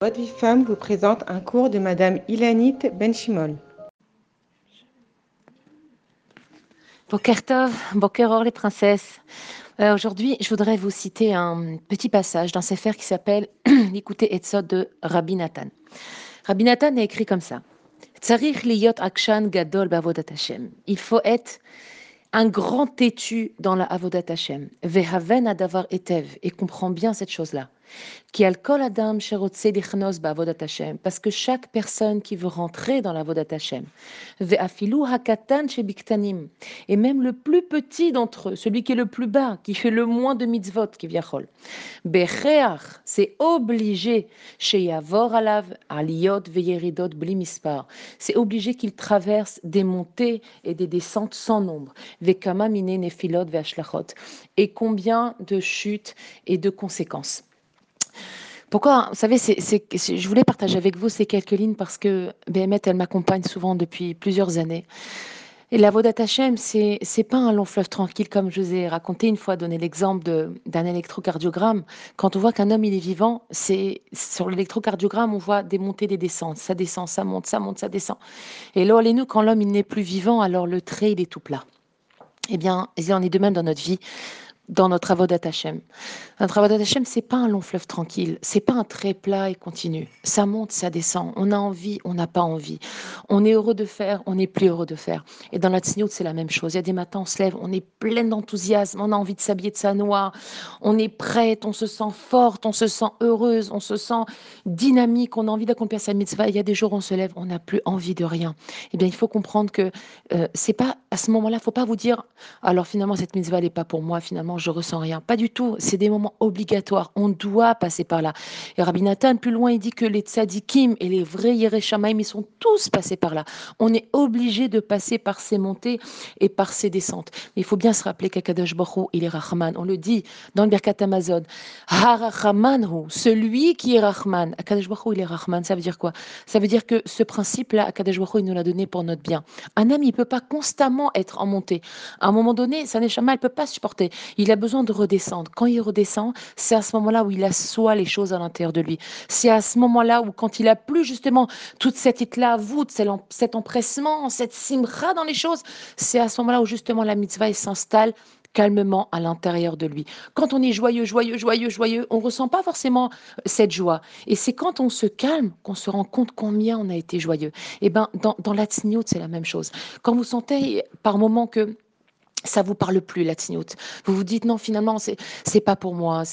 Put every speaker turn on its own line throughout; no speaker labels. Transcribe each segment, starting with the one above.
Votre vie femme vous présente un cours de Madame Ilanit Benchimol.
Boker Tov, Boker Or les princesses. Aujourd'hui, je voudrais vous citer un petit passage d'un sefer qui s'appelle L'écouter Etzod de Rabbi Nathan. Rabbi Nathan a écrit comme ça. Tsarich liyot akshan gadol bavodat Hashem. Il faut être un grand têtu dans la avodat Hashem. Vehaven adavar etev. Et comprend bien cette chose-là. Qui al kol adam sherotse lichnos bavodat Hashem. Parce que chaque personne qui veut rentrer dans la avodat Hashem. Ve'afilu hakatan shebiktanim. Et même le plus petit d'entre eux, celui qui est le plus bas, qui fait le moins de mitzvot, qui viachol. Becheach, c'est obligé, chez Yavor alav, aliyot veyeridot bli mispar. C'est obligé qu'il traverse des montées et des descentes sans nombre. Vekama mine nefilot ve'ashlachot. Et combien de chutes et de conséquences. Pourquoi, vous savez, je voulais partager avec vous ces quelques lignes parce que Béhémet, elle m'accompagne souvent depuis plusieurs années. Et la Vodat Hashem, c'est pas un long fleuve tranquille comme je vous ai raconté une fois, donné l'exemple d'un électrocardiogramme. Quand on voit qu'un homme il est vivant, c'est sur l'électrocardiogramme on voit des montées, des descentes, ça descend, ça monte, ça descend. Et là, nous, quand l'homme il n'est plus vivant, alors le trait il est tout plat. Eh bien, il en est de même dans notre vie, dans notre Avodat Hashem. Notre Avodat Hashem, c'est pas un long fleuve tranquille, c'est pas un trait plat et continu. Ça monte, ça descend. On a envie, on n'a pas envie. On est heureux de faire, on n'est plus heureux de faire. Et dans la tzniout, c'est la même chose. Il y a des matins, on se lève, on est plein d'enthousiasme, on a envie de s'habiller de sa noix, on est prête, on se sent forte, on se sent heureuse, on se sent dynamique, on a envie d'accomplir sa mitzvah. Il y a des jours, on se lève, on n'a plus envie de rien. Eh bien, il faut comprendre que c'est pas à ce moment-là, il faut pas vous dire, alors finalement, cette mitzvah n'est pas pour moi, finalement, je ressens rien. Pas du tout. C'est des moments obligatoires. On doit passer par là. Et Rabbi Nathan, plus loin, il dit que les tzadikim et les vrais Yereshamaim, ils sont tous passés par là. On est obligé de passer par ces montées et par ces descentes. Mais il faut bien se rappeler qu'Akadosh Baruch Hu, il est Rahman. On le dit dans le Birkat Hamazon. Ha-Rahman celui qui est Rahman. Akadosh Baruch Hu, il est Rahman. Ça veut dire quoi? Ça veut dire que ce principe-là, Akadosh Baruch Hu, il nous l'a donné pour notre bien. Un homme, il ne peut pas constamment être en montée. À un moment donné, sa neshama, elle ne peut pas supporter. Il a besoin de redescendre. Quand il redescend, c'est à ce moment-là où il assoit les choses à l'intérieur de lui. C'est à ce moment-là où, quand il a plus justement toute cette éclavoute, cet empressement, cette simra dans les choses, c'est à ce moment-là où justement la mitzvah elle s'installe calmement à l'intérieur de lui. Quand on est joyeux, joyeux, joyeux, joyeux, on ne ressent pas forcément cette joie. Et c'est quand on se calme qu'on se rend compte combien on a été joyeux. Et ben dans la tsniout, c'est la même chose. Quand vous sentez par moments que ça vous parle plus, la tsniout. Vous vous dites non, finalement, c'est pas pour moi,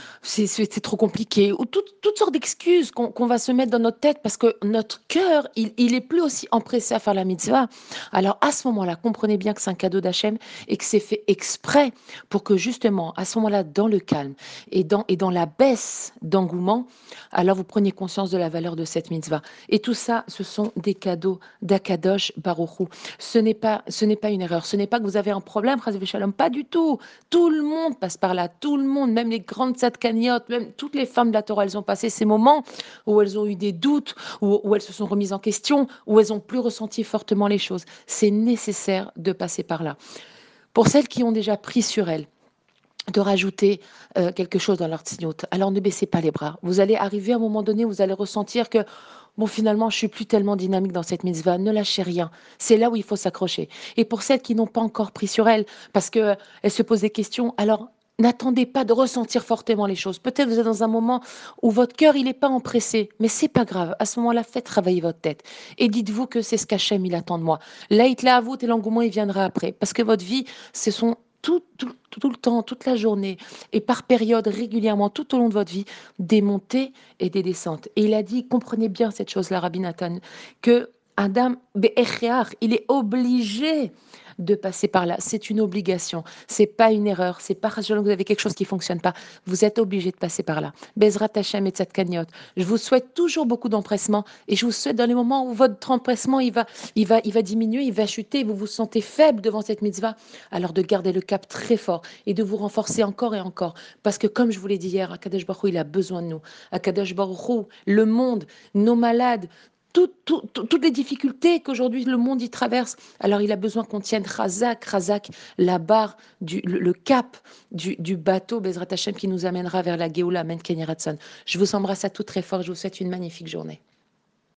c'est trop compliqué, ou toutes sortes d'excuses qu'on va se mettre dans notre tête parce que notre cœur, il est plus aussi empressé à faire la mitzvah. Alors à ce moment-là, comprenez bien que c'est un cadeau d'Hachem et que c'est fait exprès pour que justement, à ce moment-là, dans le calme et dans la baisse d'engouement, alors vous preniez conscience de la valeur de cette mitzvah. Et tout ça, ce sont des cadeaux d'Akadosh Baruch Hu. Ce n'est pas une erreur. Ce n'est pas que vous avez un problème, Chas v'Shalom, pas du tout. Tout le monde passe par là. Tout le monde, même les grandes tzadkaniotes, même toutes les femmes de la Torah, elles ont passé ces moments où elles ont eu des doutes, où elles se sont remises en question, où elles ont plus ressenti fortement les choses. C'est nécessaire de passer par là. Pour celles qui ont déjà pris sur elles, de rajouter quelque chose dans leur tzniut. Alors ne baissez pas les bras. Vous allez arriver à un moment donné, vous allez ressentir que bon, finalement, je suis plus tellement dynamique dans cette mitzvah. Ne lâchez rien. C'est là où il faut s'accrocher. Et pour celles qui n'ont pas encore pris sur elles, parce qu'elles se posent des questions, alors n'attendez pas de ressentir fortement les choses. Peut-être vous êtes dans un moment où votre cœur, il n'est pas empressé, mais c'est pas grave. À ce moment-là, faites travailler votre tête. Et dites-vous que c'est ce qu'Hachem, il attend de moi. Là, à vous et l'engouement, il viendra après. Parce que votre vie, ce sont tout le temps, toute la journée, et par période, régulièrement, tout au long de votre vie, des montées et des descentes. Et il a dit, comprenez bien cette chose-là, Rabbi Nathan, que Adam, il est obligé de passer par là. C'est une obligation. C'est pas une erreur. C'est pas parce que vous avez quelque chose qui fonctionne pas. Vous êtes obligé de passer par là. Bezrat Hashem et Tzadkaniot. Je vous souhaite toujours beaucoup d'empressement et je vous souhaite dans les moments où votre empressement il va diminuer, il va chuter, vous vous sentez faible devant cette mitzvah, alors de garder le cap très fort et de vous renforcer encore et encore. Parce que comme je vous l'ai dit hier, Akadosh Baruch Hu, il a besoin de nous. Akadosh Baruch Hu, le monde, nos malades, toutes les difficultés qu'aujourd'hui le monde y traverse. Alors il a besoin qu'on tienne Razak, la barre, le cap du bateau Bezrat Hashem qui nous amènera vers la Géoula, Amen Kenny Ratson. Je vous embrasse à toutes très fort, je vous souhaite une magnifique journée.